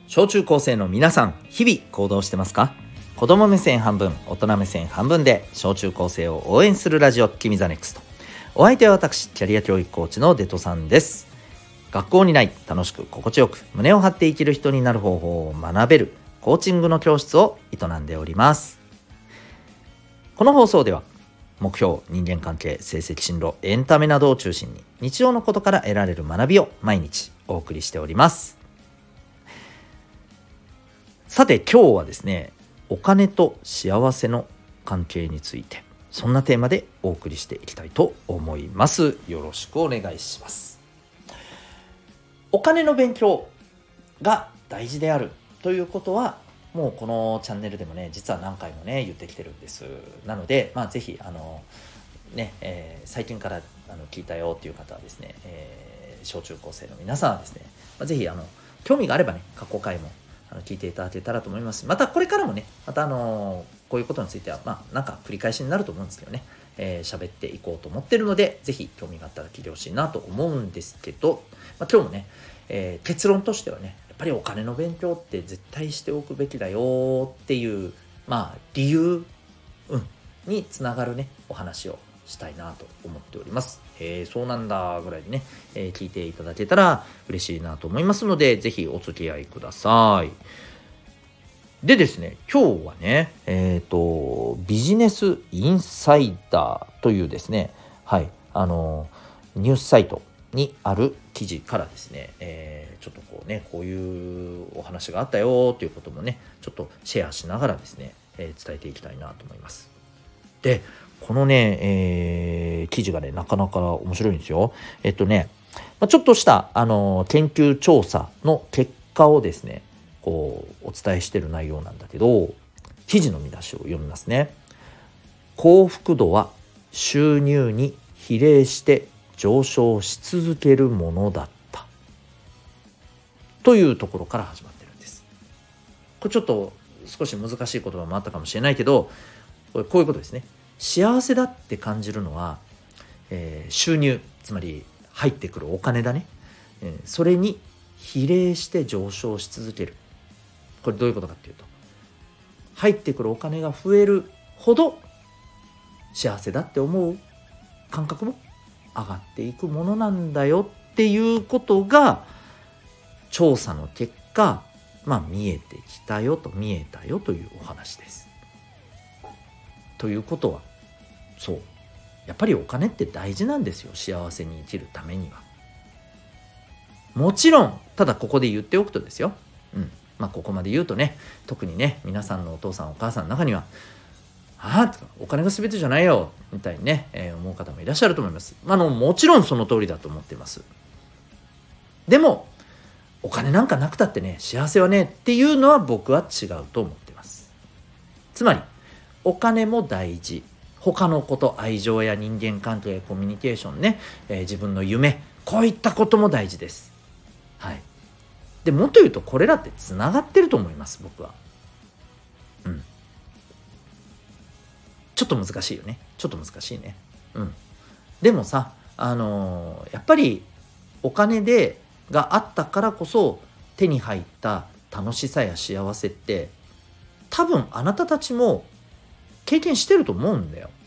小中高生の皆さん、日々行動してますか？子供目線半分、大人目線半分で小中高生を応援するラジオ、君ザネクスト。お相手は私、キャリア教育コーチのデトさんです。学校にない、楽しく心地よく胸を張って生きる人になる方法を学べるコーチングの教室を営んでおります。この放送では目標、人間関係、成績進路、エンタメなどを中心に日常のことから得られる学びを毎日お送りしております。さて今日はですね、お金と幸せの関係について、そんなテーマでお送りしていきたいと思います。よろしくお願いします。お金の勉強が大事であるということはもうこのチャンネルでもね、実は何回もね言ってきてるんです。なのでぜひ最近から聞いたよっていう方はですね、小中高生の皆さんはですね、ぜひ興味があればね、過去回も聞いていただけたらと思います。またこれからもね、またこういうことについてはなんか繰り返しになると思うんですけどね、喋っていこうと思ってるので、ぜひ興味があったら聞いてほしいなと思うんですけど、今日もね、結論としてはね、やっぱりお金の勉強って絶対しておくべきだよっていう理由、につながるねお話をしたいなと思っております。そうなんだぐらいでね、聞いていただけたら嬉しいなと思いますので、ぜひお付き合いください。でですね、今日はね、ビジネスインサイダーというですね、ニュースサイトにある記事からですね、ちょっとこういうお話があったよということもね、ちょっとシェアしながらですね、伝えていきたいなと思います。で、このね、記事がね、なかなか面白いんですよ。ちょっとした研究調査の結果をですね、お伝えしている内容なんだけど、記事の見出しを読みますね。幸福度は収入に比例して上昇し続けるものだったというところから始まってるんです。これちょっと少し難しい言葉もあったかもしれないけど、こういうことですね。幸せだって感じるのは、収入、つまり入ってくるお金だね、それに比例して上昇し続ける。これどういうことかっていうと、入ってくるお金が増えるほど幸せだって思う感覚も上がっていくものなんだよっていうことが調査の結果見えたよというお話です。ということは、そうやっぱりお金って大事なんですよ、幸せに生きるためには。もちろんただここで言っておくとですよ、ここまで言うとね、特にね、皆さんのお父さんお母さんの中にはお金が全てじゃないよみたいにね、思う方もいらっしゃると思います。もちろんその通りだと思っています。でもお金なんかなくたってね、幸せはねっていうのは僕は違うと思っています。つまりお金も大事、他のこと、愛情や人間関係、コミュニケーションね、自分の夢、こういったことも大事です。でもっと言うと、これらってつながってると思います、僕は。ちょっと難しいよね。でもさ、やっぱりお金があったからこそ手に入った楽しさや幸せって、多分あなたたちも経験してると思うんだよ。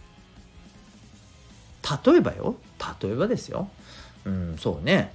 例えばですよ。そうね、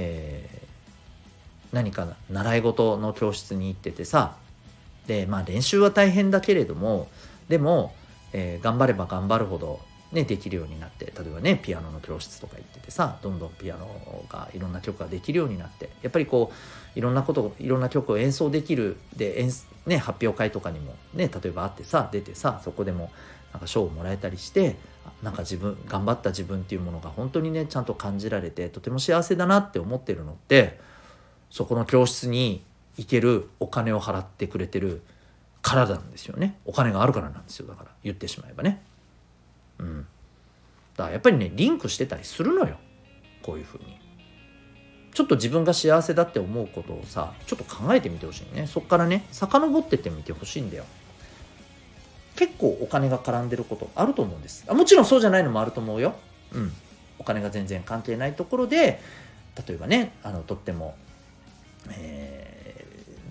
何か習い事の教室に行っててさ、で練習は大変だけれども、でも、頑張れば頑張るほどね、できるようになって、例えばね、ピアノの教室とか行っててさ、どんどんピアノがいろんな曲ができるようになって、やっぱりいろんな曲を演奏できるで、発表会とかにもね、例えばあってさ、出てさ、そこでもなんか賞をもらえたりして、なんか頑張った自分っていうものが本当にね、ちゃんと感じられて、とても幸せだなって思ってるのって、そこの教室に行けるお金を払ってくれてるからなんですよね。お金があるからなんですよ。だから言ってしまえばね。だからやっぱりね、リンクしてたりするのよ。こういうふうにちょっと自分が幸せだって思うことをさ、ちょっと考えてみてほしいね。そっからね、遡ってってみてほしいんだよ。結構お金が絡んでることあると思うんです。もちろんそうじゃないのもあると思うよ。お金が全然関係ないところで、例えばね、とっても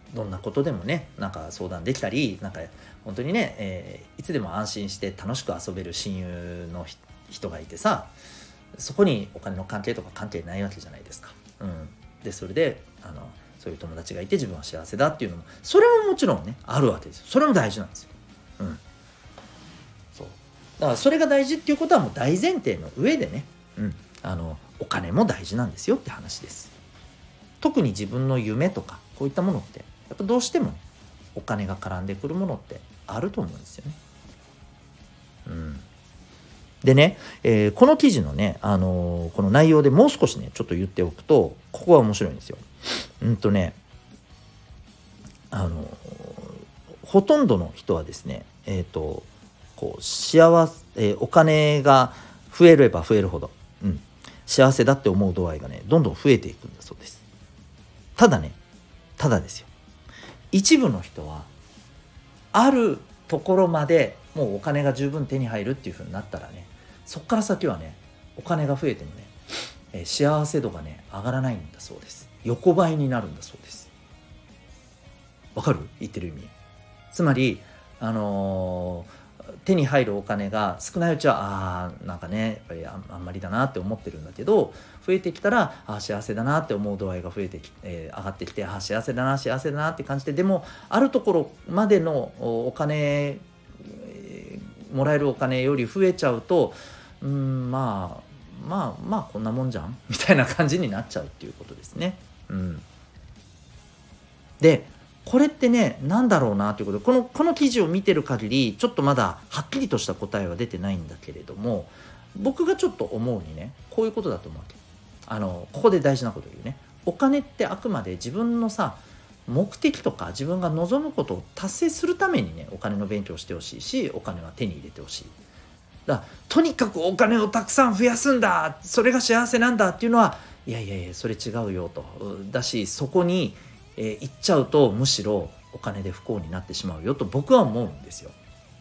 どんなことでもねなんか相談できたり、なんか本当にね、いつでも安心して楽しく遊べる親友の人がいてさ、そこにお金の関係とか関係ないわけじゃないですか。でそれでそういう友達がいて自分は幸せだっていうのも、それももちろんねあるわけですよ。それも大事なんですよ。そうだからそれが大事っていうことはもう大前提の上でね、お金も大事なんですよって話です。特に自分の夢とかこういったものってやっぱどうしても、ね、お金が絡んでくるものってあると思うんですよね。でね、この記事のね、この内容でもう少しねちょっと言っておくと、ここは面白いんですよ。ほとんどの人はですね、こう幸せ、お金が増えれば増えるほど、幸せだって思う度合いがねどんどん増えていくんだそうです。ただですよ、一部の人はあるところまでもうお金が十分手に入るっていう風になったらね、そっから先はねお金が増えてもね、幸せ度がね上がらないんだそうです。横ばいになるんだそうです。わかる？言ってる意味。つまり手に入るお金が少ないうちはなんかねやっぱりあんまりだなって思ってるんだけど、増えてきたら幸せだなって思う度合いが増えてき、上がってきて幸せだなって感じて、でもあるところまでのお金、もらえるお金より増えちゃうとまあこんなもんじゃんみたいな感じになっちゃうっていうことですね。でこれってねなんだろうなということで、この記事を見てる限りちょっとまだはっきりとした答えは出てないんだけれども、僕がちょっと思うにねこういうことだと思うわけ。ここで大事なことを言うね。お金ってあくまで自分のさ目的とか自分が望むことを達成するためにねお金の勉強をしてほしいし、お金は手に入れてほしい。だからとにかくお金をたくさん増やすんだ、それが幸せなんだっていうのは、いやそれ違うよと。だしそこに行っちゃうとむしろお金で不幸になってしまうよと僕は思うんですよ。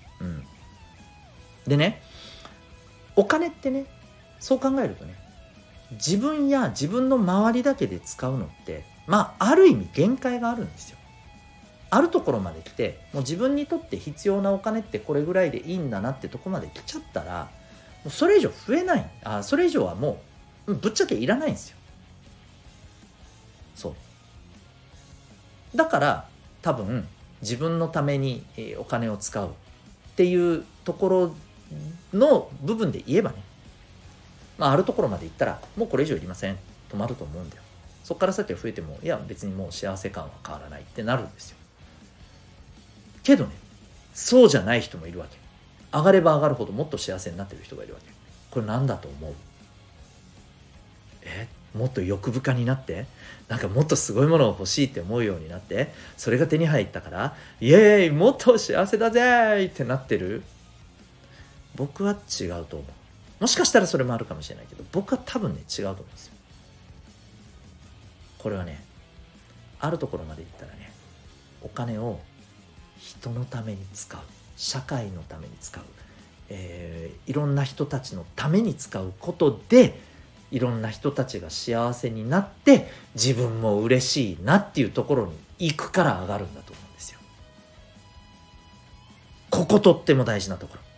でね、お金ってねそう考えるとね、自分や自分の周りだけで使うのってある意味限界があるんですよ。あるところまで来てもう自分にとって必要なお金ってこれぐらいでいいんだなってとこまで来ちゃったら、もうそれ以上増えない、それ以上はもうぶっちゃけいらないんですよ。そうだから多分自分のためにお金を使うっていうところの部分で言えばね、あるところまで行ったらもうこれ以上いりません、止まると思うんだよ。そこから先は増えてもいや別にもう幸せ感は変わらないってなるんですよ。けどね、そうじゃない人もいるわけ。上がれば上がるほどもっと幸せになってる人がいるわけ。これなんだと思う？もっと欲深になって、なんかもっとすごいものを欲しいって思うようになって、それが手に入ったからイエーイもっと幸せだぜーってなってる？僕は違うと思う。もしかしたらそれもあるかもしれないけど、僕は多分ね違うと思うんですよ。これはね、あるところまでいったらね、お金を人のために使う、社会のために使う、いろんな人たちのために使うことでいろんな人たちが幸せになって自分も嬉しいなっていうところに行くから上がるんだと思うんですよ。こことっても大事なところ。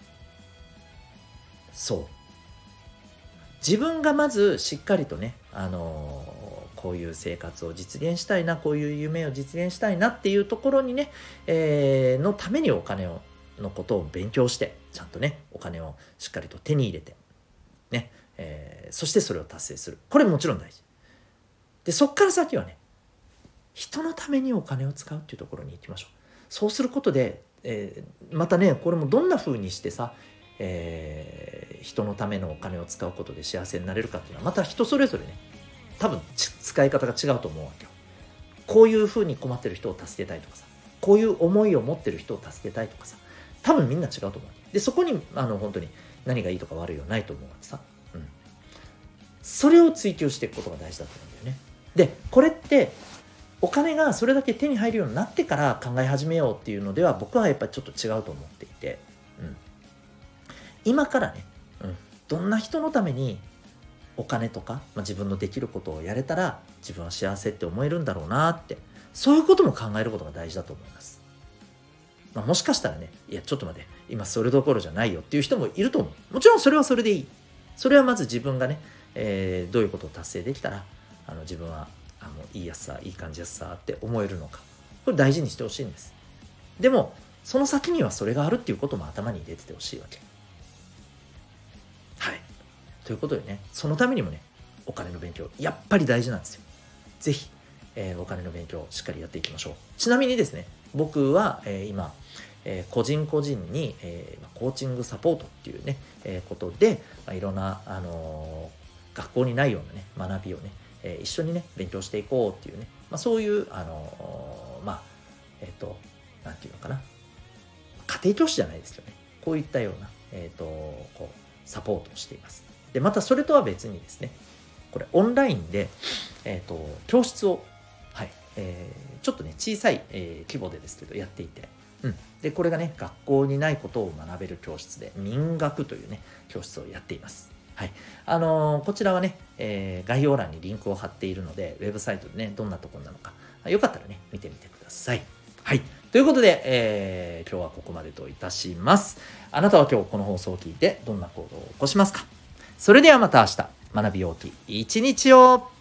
そう自分がまずしっかりとね、こういう生活を実現したいな、こういう夢を実現したいなっていうところにね、のためにお金のことを勉強してちゃんとねお金をしっかりと手に入れてね、そしてそれを達成する。これもちろん大事で、そっから先はね人のためにお金を使うっていうところに行きましょう。そうすることで、またねこれもどんな風にしてさ、人のためのお金を使うことで幸せになれるかっていうのはまた人それぞれね多分使い方が違うと思うわけよ。こういう風に困ってる人を助けたいとかさ、こういう思いを持ってる人を助けたいとかさ、多分みんな違うと思う。でそこに本当に何がいいとか悪いはないと思うわけさ。それを追求していくことが大事だと思うんだよね。でこれってお金がそれだけ手に入るようになってから考え始めようっていうのでは僕はやっぱりちょっと違うと思っていて、今からね、どんな人のためにお金とか、自分のできることをやれたら自分は幸せって思えるんだろうなってそういうことも考えることが大事だと思います。もしかしたらね、いやちょっと待って、今それどころじゃないよっていう人もいると思う。もちろんそれはそれでいい。それはまず自分がね、どういうことを達成できたら自分はもういいやつさ、いい感じやつさって思えるのか、これ大事にしてほしいんです。でもその先にはそれがあるっていうことも頭に入れててほしいわけ。はい。ということでね、そのためにもね、お金の勉強やっぱり大事なんですよ。ぜひ、お金の勉強をしっかりやっていきましょう。ちなみにですね、僕は、今、個人個人に、コーチングサポートっていうね、ことで、いろんな、学校にないようなね学びをね、一緒にね勉強していこうっていうね、そういうなんていうのかな、家庭教師じゃないですけどね、こういったようなこうサポートをしています。でまたそれとは別にですね、これオンラインで教室をはい、ちょっとね小さい、規模でですけどやっていて、でこれがね学校にないことを学べる教室で民学というね教室をやっています。はい、こちらはね、概要欄にリンクを貼っているので、ウェブサイトでねどんなところなのかよかったらね見てみてください。はい、ということで、今日はここまでといたします。あなたは今日この放送を聞いてどんな行動を起こしますか？それではまた明日、学びようき一日を。